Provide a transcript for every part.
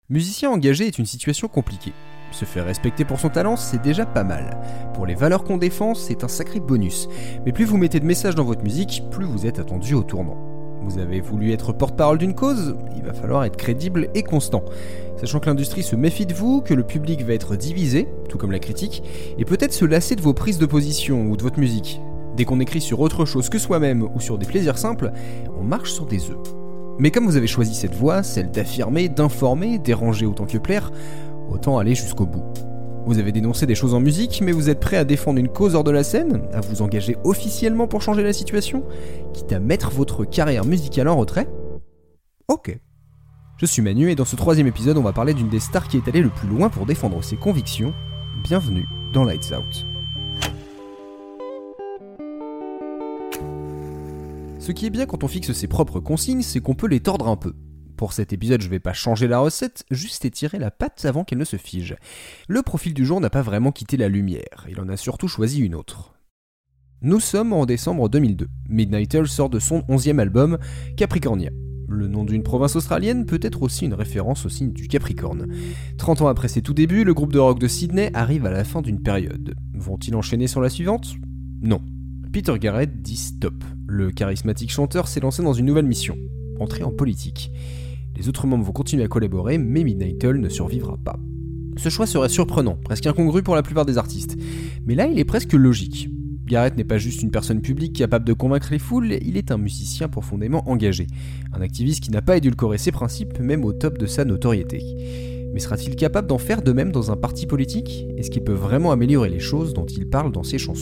Musicien engagé est une situation compliquée. Se faire respecter pour son talent, c'est déjà pas mal. Pour les valeurs qu'on défend, c'est un sacré bonus. Mais plus vous mettez de messages dans votre musique, plus vous êtes attendu au tournant. Vous avez voulu être porte-parole d'une cause, il va falloir être crédible et constant. Sachant que l'industrie se méfie de vous, que le public va être divisé, tout comme la critique, et peut-être se lasser de vos prises de position ou de votre musique. Dès qu'on écrit sur autre chose que soi-même ou sur des plaisirs simples, on marche sur des œufs. Mais comme vous avez choisi cette voie, celle d'affirmer, d'informer, déranger autant que plaire, autant aller jusqu'au bout. Vous avez dénoncé des choses en musique, mais vous êtes prêt à défendre une cause hors de la scène, à vous engager officiellement pour changer la situation, quitte à mettre votre carrière musicale en retrait ? Ok. Je suis Manu et dans ce 3e épisode, on va parler d'une des stars qui est allée le plus loin pour défendre ses convictions. Bienvenue dans Lights Out. Ce qui est bien quand on fixe ses propres consignes, c'est qu'on peut les tordre un peu. Pour cet épisode, je vais pas changer la recette, juste étirer la pâte avant qu'elle ne se fige. Le profil du jour n'a pas vraiment quitté la lumière, il en a surtout choisi une autre. Nous sommes en décembre 2002. Midnight Oil sort de son 11e album, Capricornia. Le nom d'une province australienne peut être aussi une référence au signe du Capricorne. 30 ans après ses tout débuts, le groupe de rock de Sydney arrive à la fin d'une période. Vont-ils enchaîner sur la suivante ? Non. Peter Garrett dit stop. Le charismatique chanteur s'est lancé dans une nouvelle mission, entrer en politique. Les autres membres vont continuer à collaborer, mais Midnight Oil ne survivra pas. Ce choix serait surprenant, presque incongru pour la plupart des artistes. Mais là, il est presque logique. Garrett n'est pas juste une personne publique capable de convaincre les foules, il est un musicien profondément engagé. Un activiste qui n'a pas édulcoré ses principes, même au top de sa notoriété. Mais sera-t-il capable d'en faire de même dans un parti politique ? Est-ce qu'il peut vraiment améliorer les choses dont il parle dans ses chansons ?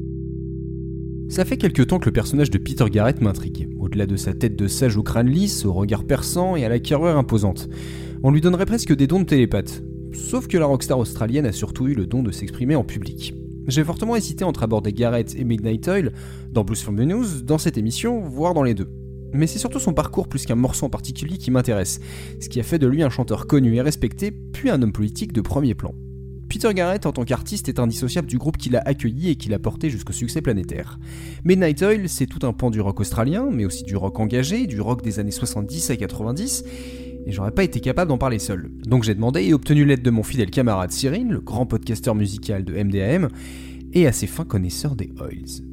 Ça fait quelque temps que le personnage de Peter Garrett m'intrigue, au-delà de sa tête de sage au crâne lisse, au regard perçant et à la carrure imposante. On lui donnerait presque des dons de télépathe. Sauf que la rockstar australienne a surtout eu le don de s'exprimer en public. J'ai fortement hésité entre aborder Garrett et Midnight Oil, dans Blues from the News, dans cette émission, voire dans les deux. Mais c'est surtout son parcours plus qu'un morceau en particulier qui m'intéresse, ce qui a fait de lui un chanteur connu et respecté, puis un homme politique de premier plan. Peter Garrett en tant qu'artiste est indissociable du groupe qui l'a accueilli et qui l'a porté jusqu'au succès planétaire. Midnight Oil, c'est tout un pan du rock australien, mais aussi du rock engagé, du rock des années 70 à 90, et j'aurais pas été capable d'en parler seul. Donc j'ai demandé et obtenu l'aide de mon fidèle camarade Cyril, le grand podcasteur musical de MDAM, et assez fin connaisseur des Oils.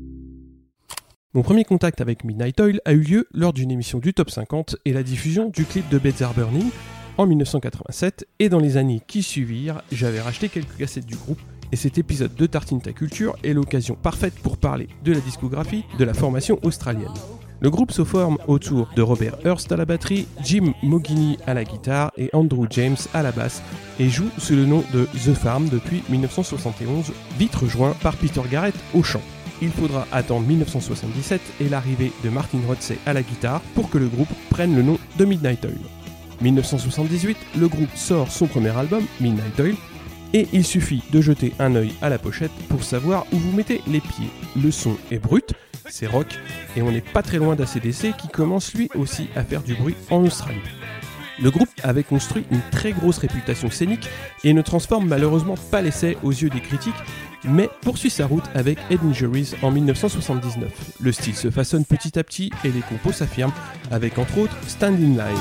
Mon premier contact avec Midnight Oil a eu lieu lors d'une émission du Top 50 et la diffusion du clip de Beds Are Burning, en 1987, et dans les années qui suivirent, j'avais racheté quelques cassettes du groupe, et cet épisode de Tartine ta culture est l'occasion parfaite pour parler de la discographie de la formation australienne. Le groupe se forme autour de Robert Hurst à la batterie, Jim Mogini à la guitare et Andrew James à la basse, et joue sous le nom de The Farm depuis 1971, vite rejoint par Peter Garrett au chant. Il faudra attendre 1977 et l'arrivée de Martin Rotsey à la guitare pour que le groupe prenne le nom de Midnight Oil. 1978, le groupe sort son premier album, Midnight Oil, et il suffit de jeter un œil à la pochette pour savoir où vous mettez les pieds. Le son est brut, c'est rock, et on n'est pas très loin d'ACDC qui commence lui aussi à faire du bruit en Australie. Le groupe avait construit une très grosse réputation scénique et ne transforme malheureusement pas l'essai aux yeux des critiques, mais poursuit sa route avec Head Injuries en 1979. Le style se façonne petit à petit et les compos s'affirment, avec entre autres Stand in Line.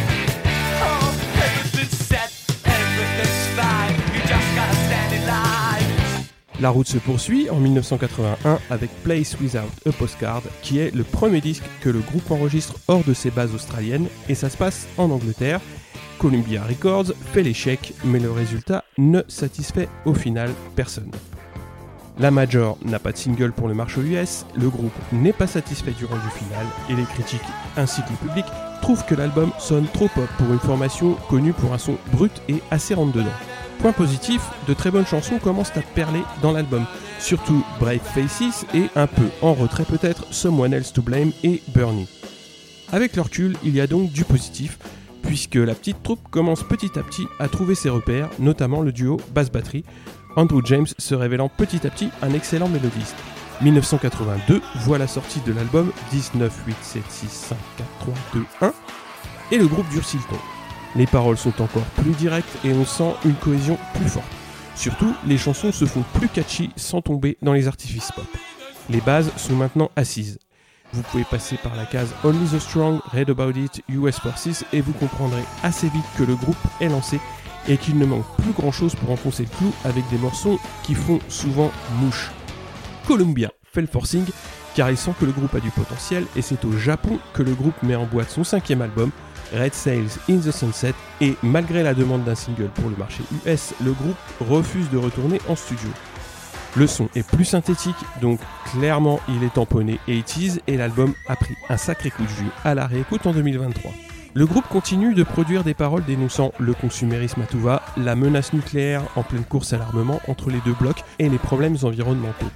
La route se poursuit en 1981 avec Place Without a Postcard, qui est le premier disque que le groupe enregistre hors de ses bases australiennes, et ça se passe en Angleterre. Columbia Records fait l'échec, mais le résultat ne satisfait au final personne. La Major n'a pas de single pour le marché US, le groupe n'est pas satisfait du rendu final, et les critiques ainsi que le public trouvent que l'album sonne trop pop pour une formation connue pour un son brut et assez rentre-dedans. Point positif, de très bonnes chansons commencent à perler dans l'album, surtout Brave Faces et un peu en retrait peut-être Someone Else to Blame et Burning. Avec le recul, il y a donc du positif, puisque la petite troupe commence petit à petit à trouver ses repères, notamment le duo basse-batterie, Andrew James se révélant petit à petit un excellent mélodiste. 1982 voit la sortie de l'album 19, 8, 7, 6, 5, 4, 3, 2, 1, et le groupe durcit le ton. Les paroles sont encore plus directes et on sent une cohésion plus forte. Surtout, les chansons se font plus catchy sans tomber dans les artifices pop. Les bases sont maintenant assises. Vous pouvez passer par la case Only the Strong, Read About It, US Forces et vous comprendrez assez vite que le groupe est lancé et qu'il ne manque plus grand chose pour enfoncer le clou avec des morceaux qui font souvent mouche. Columbia fait le forcing car il sent que le groupe a du potentiel et c'est au Japon que le groupe met en boîte son 5e album, Red Sails in the Sunset, et malgré la demande d'un single pour le marché US, le groupe refuse de retourner en studio. Le son est plus synthétique, donc clairement il est tamponné 80s et l'album a pris un sacré coup de jus à la réécoute en 2023. Le groupe continue de produire des paroles dénonçant le consumérisme à tout va, la menace nucléaire en pleine course à l'armement entre les deux blocs et les problèmes environnementaux.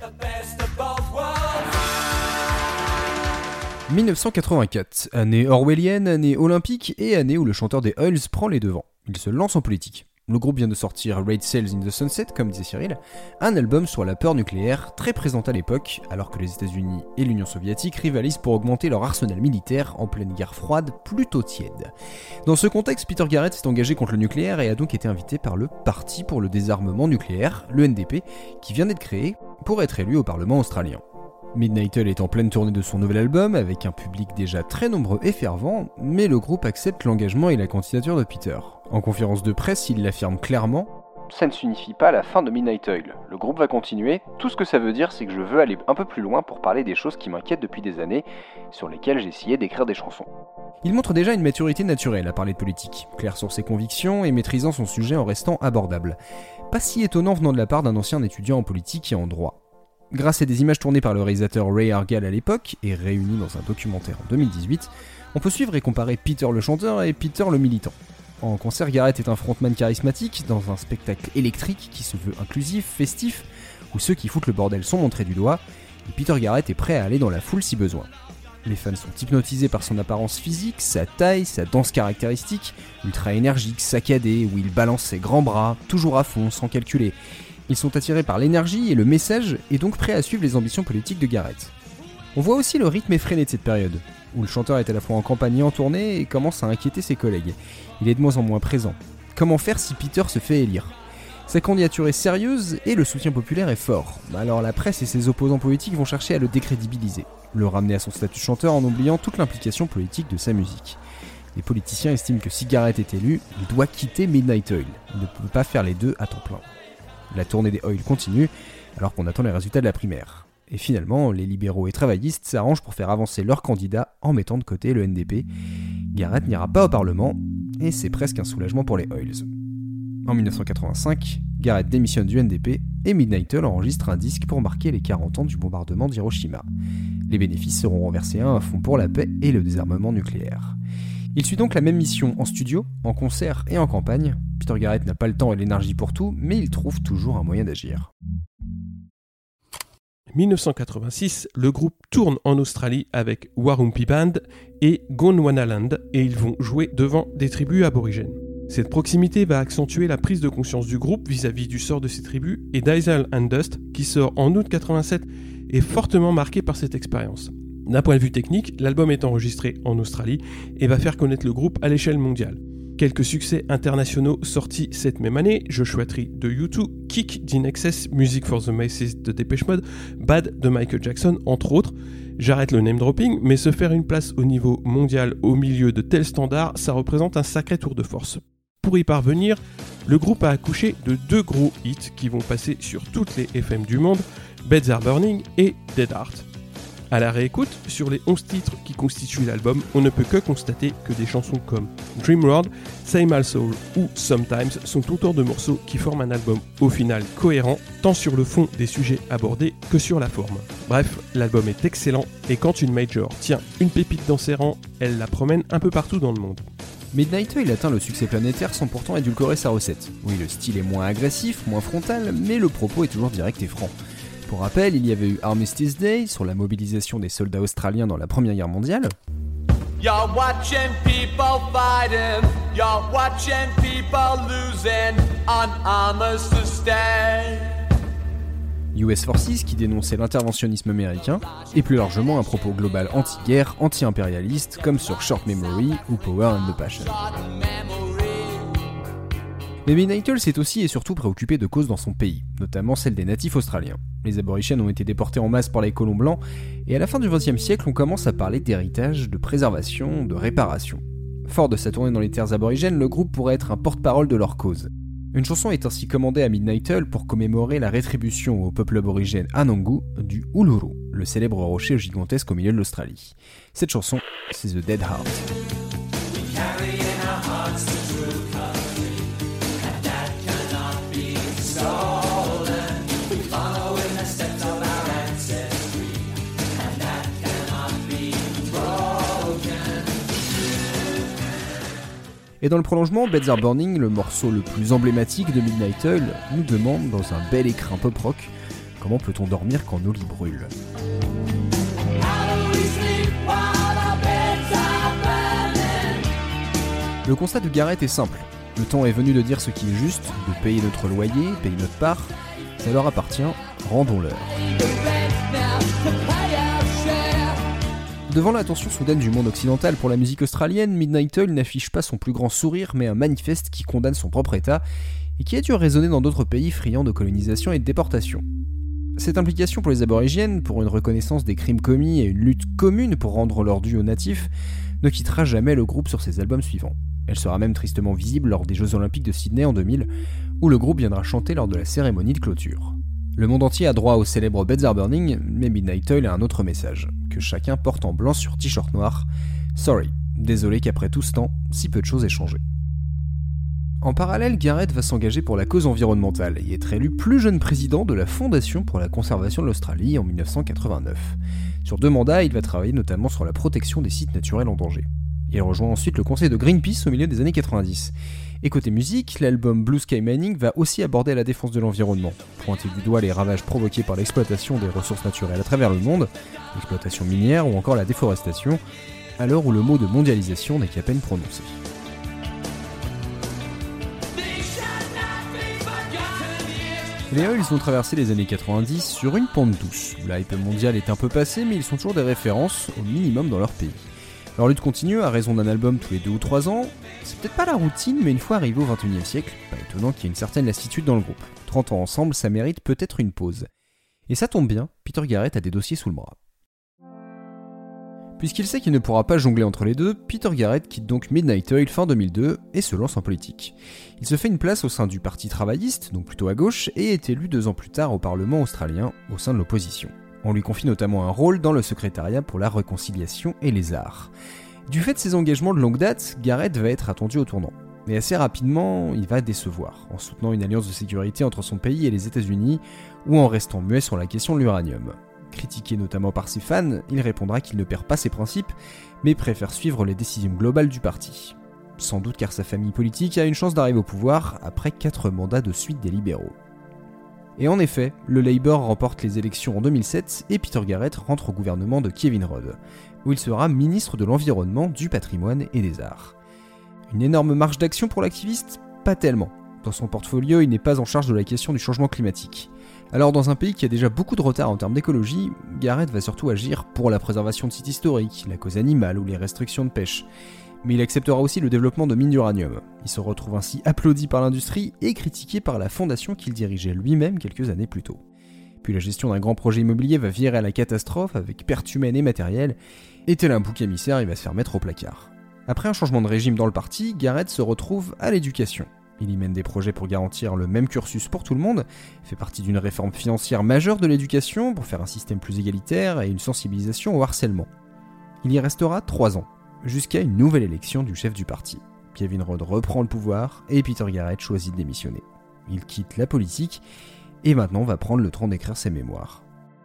1984, année orwellienne, année olympique et année où le chanteur des Oils prend les devants. Il se lance en politique. Le groupe vient de sortir Red Sails in the Sunset, comme disait Cyril, un album sur la peur nucléaire très présent à l'époque, alors que les États-Unis et l'Union soviétique rivalisent pour augmenter leur arsenal militaire en pleine guerre froide plutôt tiède. Dans ce contexte, Peter Garrett s'est engagé contre le nucléaire et a donc été invité par le Parti pour le désarmement nucléaire, le NDP, qui vient d'être créé pour être élu au Parlement australien. Midnight Oil est en pleine tournée de son nouvel album, avec un public déjà très nombreux et fervent, mais le groupe accepte l'engagement et la candidature de Peter. En conférence de presse, il l'affirme clairement « Ça ne signifie pas la fin de Midnight Oil. Le groupe va continuer. Tout ce que ça veut dire, c'est que je veux aller un peu plus loin pour parler des choses qui m'inquiètent depuis des années, sur lesquelles j'ai essayé d'écrire des chansons. » Il montre déjà une maturité naturelle à parler de politique, clair sur ses convictions et maîtrisant son sujet en restant abordable. Pas si étonnant venant de la part d'un ancien étudiant en politique et en droit. Grâce à des images tournées par le réalisateur Ray Argall à l'époque, et réunies dans un documentaire en 2018, on peut suivre et comparer Peter le chanteur et Peter le militant. En concert, Garrett est un frontman charismatique, dans un spectacle électrique qui se veut inclusif, festif, où ceux qui foutent le bordel sont montrés du doigt, et Peter Garrett est prêt à aller dans la foule si besoin. Les fans sont hypnotisés par son apparence physique, sa taille, sa danse caractéristique, ultra énergique, saccadée, où il balance ses grands bras, toujours à fond, sans calculer. Ils sont attirés par l'énergie et le message, et donc prêts à suivre les ambitions politiques de Garrett. On voit aussi le rythme effréné de cette période, où le chanteur est à la fois en campagne et en tournée et commence à inquiéter ses collègues. Il est de moins en moins présent. Comment faire si Peter se fait élire ? Sa candidature est sérieuse et le soutien populaire est fort. Alors la presse et ses opposants politiques vont chercher à le décrédibiliser, le ramener à son statut de chanteur en oubliant toute l'implication politique de sa musique. Les politiciens estiment que si Garrett est élu, il doit quitter Midnight Oil. Il ne peut pas faire les deux à temps plein. La tournée des Oils continue, alors qu'on attend les résultats de la primaire. Et finalement, les libéraux et travaillistes s'arrangent pour faire avancer leur candidat en mettant de côté le NDP. Garrett n'ira pas au Parlement, et c'est presque un soulagement pour les Oils. En 1985, Garrett démissionne du NDP, et Midnight Oil enregistre un disque pour marquer les 40 ans du bombardement d'Hiroshima. Les bénéfices seront reversés à un fonds pour la paix et le désarmement nucléaire. Il suit donc la même mission en studio, en concert et en campagne. Peter Garrett n'a pas le temps et l'énergie pour tout, mais il trouve toujours un moyen d'agir. 1986, le groupe tourne en Australie avec Warumpi Band et Gondwanaland et ils vont jouer devant des tribus aborigènes. Cette proximité va accentuer la prise de conscience du groupe vis-à-vis du sort de ces tribus et Diesel and Dust, qui sort en août 87, est fortement marqué par cette expérience. D'un point de vue technique, l'album est enregistré en Australie et va faire connaître le groupe à l'échelle mondiale. Quelques succès internationaux sortis cette même année, Joshua Tree de U2, Kick d'Inexcess, Music for the Masses de Depeche Mode, Bad de Michael Jackson, entre autres. J'arrête le name dropping, mais se faire une place au niveau mondial au milieu de tels standards, ça représente un sacré tour de force. Pour y parvenir, le groupe a accouché de 2 gros hits qui vont passer sur toutes les FM du monde, Beds Are Burning et Dead Heart. À la réécoute, sur les 11 titres qui constituent l'album, on ne peut que constater que des chansons comme Dream World, Same Old Soul ou Sometimes sont autant de morceaux qui forment un album au final cohérent, tant sur le fond des sujets abordés que sur la forme. Bref, l'album est excellent et quand une major tient une pépite dans ses rangs, elle la promène un peu partout dans le monde. Midnight Oil atteint le succès planétaire sans pourtant édulcorer sa recette. Oui, le style est moins agressif, moins frontal, mais le propos est toujours direct et franc. Pour rappel, il y avait eu Armistice Day sur la mobilisation des soldats australiens dans la Première Guerre mondiale. You're watching people fighting, you're watching people losing on Armistice Day. US Forces qui dénonçait l'interventionnisme américain, et plus largement un propos global anti-guerre, anti-impérialiste, comme sur Short Memory ou Power and the Passion. Mais Midnight Oil s'est aussi et surtout préoccupé de causes dans son pays, notamment celle des natifs australiens. Les aborigènes ont été déportés en masse par les colons blancs, et à la fin du XXe siècle, on commence à parler d'héritage, de préservation, de réparation. Fort de sa tournée dans les terres aborigènes, le groupe pourrait être un porte-parole de leur cause. Une chanson est ainsi commandée à Midnight Oil pour commémorer la rétribution au peuple aborigène Anangu du Uluru, le célèbre rocher gigantesque au milieu de l'Australie. Cette chanson, c'est The Dead Heart. Et dans le prolongement, Beds Are Burning, le morceau le plus emblématique de Midnight Oil, nous demande dans un bel écrin pop-rock comment peut-on dormir quand nos lits brûlent. Le constat de Garrett est simple. Le temps est venu de dire ce qui est juste, de payer notre loyer, payer notre part. Ça leur appartient, rendons-leur. Devant l'attention soudaine du monde occidental pour la musique australienne, Midnight Oil n'affiche pas son plus grand sourire mais un manifeste qui condamne son propre état et qui a dû résonner dans d'autres pays friands de colonisation et de déportation. Cette implication pour les aborigènes, pour une reconnaissance des crimes commis et une lutte commune pour rendre leur dû aux natifs, ne quittera jamais le groupe sur ses albums suivants. Elle sera même tristement visible lors des Jeux Olympiques de Sydney en 2000, où le groupe viendra chanter lors de la cérémonie de clôture. Le monde entier a droit au célèbre Beds Are Burning, mais Midnight Oil a un autre message, que chacun porte en blanc sur t-shirt noir. Sorry, désolé qu'après tout ce temps, si peu de choses aient changé. En parallèle, Garrett va s'engager pour la cause environnementale et être élu plus jeune président de la Fondation pour la conservation de l'Australie en 1989. Sur 2 mandats, il va travailler notamment sur la protection des sites naturels en danger. Il rejoint ensuite le conseil de Greenpeace au milieu des années 90. Et côté musique, l'album Blue Sky Mining va aussi aborder la défense de l'environnement, pointer du doigt les ravages provoqués par l'exploitation des ressources naturelles à travers le monde, l'exploitation minière ou encore la déforestation, à l'heure où le mot de mondialisation n'est qu'à peine prononcé. Les Oils vont traverser les années 90 sur une pente douce, où la hype mondiale est un peu passée, mais ils sont toujours des références, au minimum dans leur pays. Leur lutte continue à raison d'un album tous les 2 ou 3 ans. C'est peut-être pas la routine, mais une fois arrivé au XXIe siècle, pas étonnant qu'il y ait une certaine lassitude dans le groupe. 30 ans ensemble, ça mérite peut-être une pause. Et ça tombe bien, Peter Garrett a des dossiers sous le bras. Puisqu'il sait qu'il ne pourra pas jongler entre les deux, Peter Garrett quitte donc Midnight Oil fin 2002 et se lance en politique. Il se fait une place au sein du Parti travailliste, donc plutôt à gauche, et est élu 2 ans plus tard au Parlement australien, au sein de l'opposition. On lui confie notamment un rôle dans le secrétariat pour la réconciliation et les arts. Du fait de ses engagements de longue date, Garrett va être attendu au tournant. Mais assez rapidement, il va décevoir, en soutenant une alliance de sécurité entre son pays et les États-Unis, ou en restant muet sur la question de l'uranium. Critiqué notamment par ses fans, il répondra qu'il ne perd pas ses principes, mais préfère suivre les décisions globales du parti. Sans doute car sa famille politique a une chance d'arriver au pouvoir après 4 mandats de suite des libéraux. Et en effet, le Labour remporte les élections en 2007 et Peter Garrett rentre au gouvernement de Kevin Rudd, où il sera ministre de l'Environnement, du Patrimoine et des Arts. Une énorme marge d'action pour l'activiste ? Pas tellement. Dans son portfolio, il n'est pas en charge de la question du changement climatique. Alors dans un pays qui a déjà beaucoup de retard en termes d'écologie, Garrett va surtout agir pour la préservation de sites historiques, la cause animale ou les restrictions de pêche. Mais il acceptera aussi le développement de mines d'uranium. Il se retrouve ainsi applaudi par l'industrie et critiqué par la fondation qu'il dirigeait lui-même quelques années plus tôt. Puis la gestion d'un grand projet immobilier va virer à la catastrophe avec pertes humaines et matérielles, et tel un bouc émissaire, il va se faire mettre au placard. Après un changement de régime dans le parti, Garrett se retrouve à l'éducation. Il y mène des projets pour garantir le même cursus pour tout le monde, fait partie d'une réforme financière majeure de l'éducation pour faire un système plus égalitaire et une sensibilisation au harcèlement. Il y restera 3 ans, jusqu'à une nouvelle élection du chef du parti. Kevin Rudd reprend le pouvoir et Peter Garrett choisit de démissionner. Il quitte la politique et maintenant va prendre le temps d'écrire ses mémoires.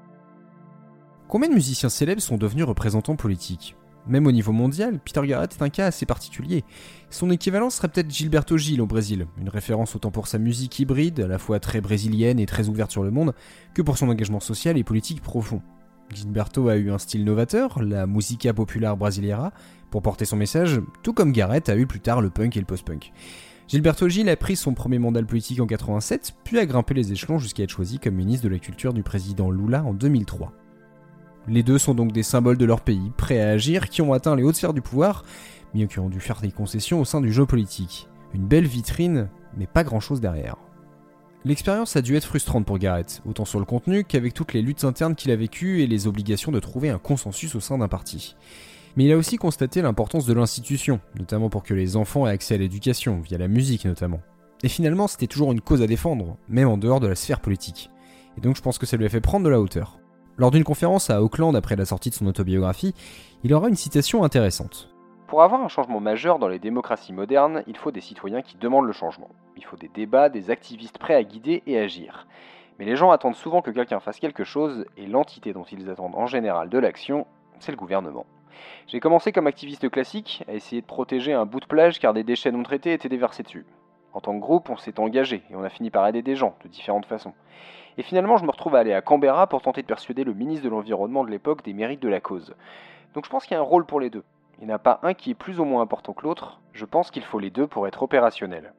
Combien de musiciens célèbres sont devenus représentants politiques ? Même au niveau mondial, Peter Garrett est un cas assez particulier. Son équivalent serait peut-être Gilberto Gil au Brésil, une référence autant pour sa musique hybride, à la fois très brésilienne et très ouverte sur le monde, que pour son engagement social et politique profond. Gilberto a eu un style novateur, la musica popular brasileira, pour porter son message, tout comme Garrett a eu plus tard le punk et le post-punk. Gilberto Gil a pris son premier mandat politique en 87, puis a grimpé les échelons jusqu'à être choisi comme ministre de la Culture du président Lula en 2003. Les deux sont donc des symboles de leur pays, prêts à agir, qui ont atteint les hautes sphères du pouvoir, mais qui ont dû faire des concessions au sein du jeu politique. Une belle vitrine, mais pas grand-chose derrière. L'expérience a dû être frustrante pour Garrett, autant sur le contenu qu'avec toutes les luttes internes qu'il a vécues et les obligations de trouver un consensus au sein d'un parti. Mais il a aussi constaté l'importance de l'institution, notamment pour que les enfants aient accès à l'éducation, via la musique notamment. Et finalement, c'était toujours une cause à défendre, même en dehors de la sphère politique. Et donc je pense que ça lui a fait prendre de la hauteur. Lors d'une conférence à Auckland après la sortie de son autobiographie, il aura une citation intéressante. Pour avoir un changement majeur dans les démocraties modernes, il faut des citoyens qui demandent le changement. Il faut des débats, des activistes prêts à guider et agir. Mais les gens attendent souvent que quelqu'un fasse quelque chose, et l'entité dont ils attendent en général de l'action, c'est le gouvernement. J'ai commencé comme activiste classique, à essayer de protéger un bout de plage car des déchets non traités étaient déversés dessus. En tant que groupe, on s'est engagé, et on a fini par aider des gens, de différentes façons. Et finalement, je me retrouve à aller à Canberra pour tenter de persuader le ministre de l'Environnement de l'époque des mérites de la cause. Donc je pense qu'il y a un rôle pour les deux. Il n'y en a pas un qui est plus ou moins important que l'autre, je pense qu'il faut les deux pour être opérationnel.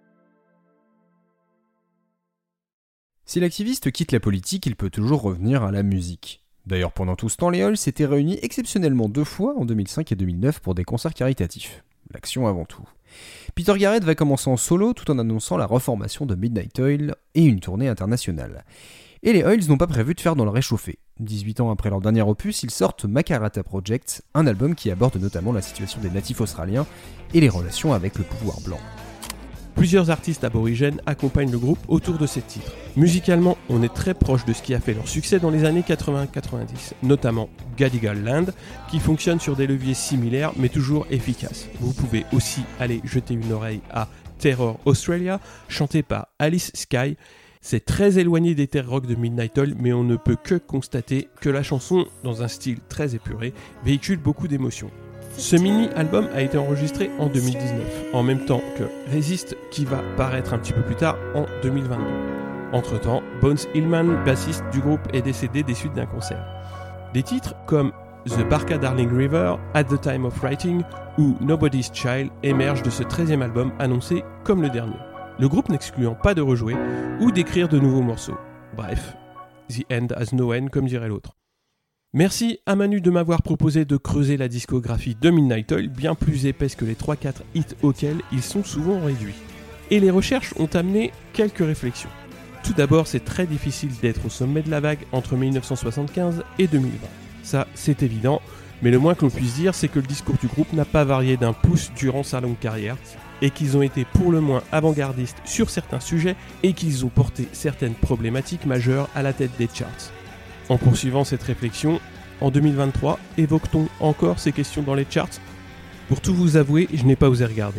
Si l'activiste quitte la politique, il peut toujours revenir à la musique. D'ailleurs, pendant tout ce temps, les Halls s'étaient réunis exceptionnellement 2 fois, en 2005 et 2009, pour des concerts caritatifs. L'action avant tout. Peter Garrett va commencer en solo tout en annonçant la reformation de Midnight Oil et une tournée internationale. Et les Oils n'ont pas prévu de faire dans le réchauffé. 18 ans après leur dernier opus, ils sortent Makarrata Project, un album qui aborde notamment la situation des natifs australiens et les relations avec le pouvoir blanc. Plusieurs artistes aborigènes accompagnent le groupe autour de ces titres. Musicalement, on est très proche de ce qui a fait leur succès dans les années 80-90, notamment Gadigal Land, qui fonctionne sur des leviers similaires mais toujours efficaces. Vous pouvez aussi aller jeter une oreille à Terror Australia, chanté par Alice Skye. C'est très éloigné des terror rock de Midnight Oil, mais on ne peut que constater que la chanson, dans un style très épuré, véhicule beaucoup d'émotions. Ce mini-album a été enregistré en 2019, en même temps que Resist, qui va paraître un petit peu plus tard en 2022. Entre-temps, Bones Hillman, bassiste du groupe, est décédé des suites d'un concert. Des titres comme The Barca Darling River, At the Time of Writing ou Nobody's Child émergent de ce 13e album annoncé comme le dernier. Le groupe n'excluant pas de rejouer ou d'écrire de nouveaux morceaux. Bref, The End has no end, comme dirait l'autre. Merci à Manu de m'avoir proposé de creuser la discographie de Midnight Oil, bien plus épaisse que les 3-4 hits auxquels ils sont souvent réduits. Et les recherches ont amené quelques réflexions. Tout d'abord, c'est très difficile d'être au sommet de la vague entre 1975 et 2020. Ça, c'est évident, mais le moins que l'on puisse dire, c'est que le discours du groupe n'a pas varié d'un pouce durant sa longue carrière, et qu'ils ont été pour le moins avant-gardistes sur certains sujets, et qu'ils ont porté certaines problématiques majeures à la tête des charts. En poursuivant cette réflexion, en 2023, évoque-t-on encore ces questions dans les charts ? Pour tout vous avouer, je n'ai pas osé regarder.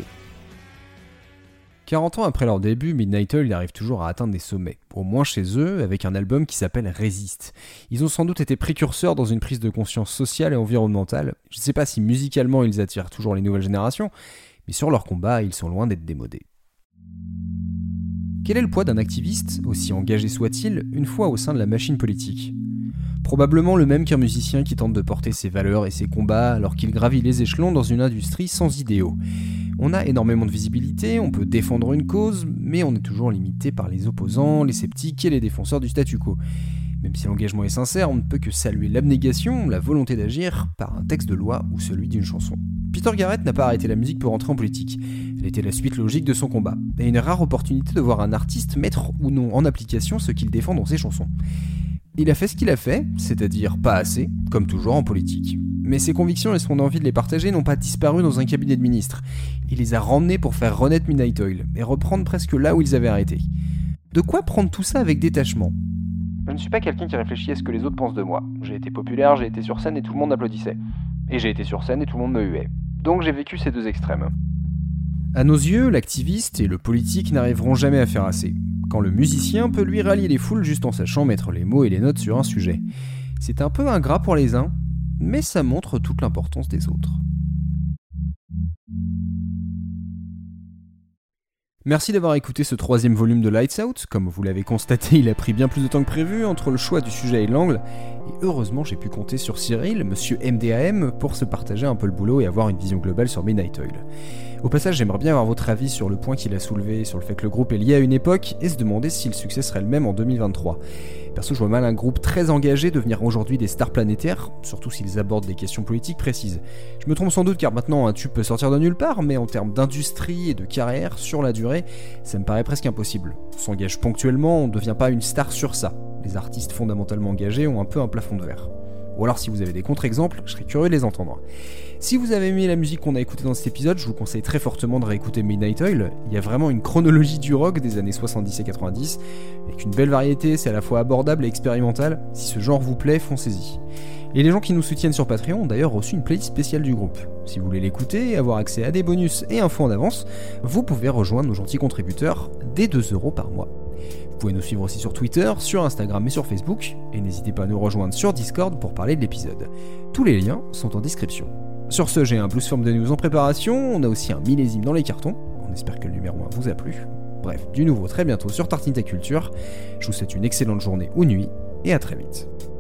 40 ans après leur début, Midnight Oil arrive toujours à atteindre des sommets, au moins chez eux, avec un album qui s'appelle Resist. Ils ont sans doute été précurseurs dans une prise de conscience sociale et environnementale. Je ne sais pas si musicalement ils attirent toujours les nouvelles générations, mais sur leur combat, ils sont loin d'être démodés. Quel est le poids d'un activiste, aussi engagé soit-il, une fois au sein de la machine politique ? Probablement le même qu'un musicien qui tente de porter ses valeurs et ses combats alors qu'il gravit les échelons dans une industrie sans idéaux. On a énormément de visibilité, on peut défendre une cause, mais on est toujours limité par les opposants, les sceptiques et les défenseurs du statu quo. Même si l'engagement est sincère, on ne peut que saluer l'abnégation, la volonté d'agir, par un texte de loi ou celui d'une chanson. Peter Garrett n'a pas arrêté la musique pour entrer en politique. Elle était la suite logique de son combat, et une rare opportunité de voir un artiste mettre ou non en application ce qu'il défend dans ses chansons. Il a fait ce qu'il a fait, c'est-à-dire pas assez, comme toujours en politique. Mais ses convictions et son envie de les partager n'ont pas disparu dans un cabinet de ministres. Il les a ramenés pour faire renaître Midnight Oil, et reprendre presque là où ils avaient arrêté. De quoi prendre tout ça avec détachement ? Je ne suis pas quelqu'un qui réfléchit à ce que les autres pensent de moi. J'ai été populaire, j'ai été sur scène et tout le monde applaudissait. Et j'ai été sur scène et tout le monde me huait. Donc j'ai vécu ces deux extrêmes. À nos yeux, l'activiste et le politique n'arriveront jamais à faire assez. Quand le musicien peut lui rallier les foules juste en sachant mettre les mots et les notes sur un sujet. C'est un peu ingrat pour les uns, mais ça montre toute l'importance des autres. Merci d'avoir écouté ce 3e volume de Lights Out. Comme vous l'avez constaté, il a pris bien plus de temps que prévu entre le choix du sujet et l'angle. Et heureusement, j'ai pu compter sur Cyril, monsieur MDAM, pour se partager un peu le boulot et avoir une vision globale sur Midnight Oil. Au passage, j'aimerais bien avoir votre avis sur le point qu'il a soulevé, sur le fait que le groupe est lié à une époque, et se demander si le succès serait le même en 2023. Perso, je vois mal un groupe très engagé devenir aujourd'hui des stars planétaires, surtout s'ils abordent des questions politiques précises. Je me trompe sans doute car maintenant un tube peut sortir de nulle part, mais en termes d'industrie et de carrière, sur la durée, ça me paraît presque impossible. On s'engage ponctuellement, on ne devient pas une star sur ça. Les artistes fondamentalement engagés ont un peu un plafond de verre. Ou alors si vous avez des contre-exemples, je serais curieux de les entendre. Si vous avez aimé la musique qu'on a écoutée dans cet épisode, je vous conseille très fortement de réécouter Midnight Oil. Il y a vraiment une chronologie du rock des années 70 et 90, avec une belle variété, c'est à la fois abordable et expérimental. Si ce genre vous plaît, foncez-y. Et les gens qui nous soutiennent sur Patreon ont d'ailleurs reçu une playlist spéciale du groupe. Si vous voulez l'écouter et avoir accès à des bonus et infos en avance, vous pouvez rejoindre nos gentils contributeurs dès 2€ par mois. Vous pouvez nous suivre aussi sur Twitter, sur Instagram et sur Facebook, et n'hésitez pas à nous rejoindre sur Discord pour parler de l'épisode. Tous les liens sont en description. Sur ce, j'ai un Bluesform de news en préparation, on a aussi un millésime dans les cartons, on espère que le numéro 1 vous a plu. Bref, du nouveau très bientôt sur Tartine Ta Culture, je vous souhaite une excellente journée ou nuit, et à très vite.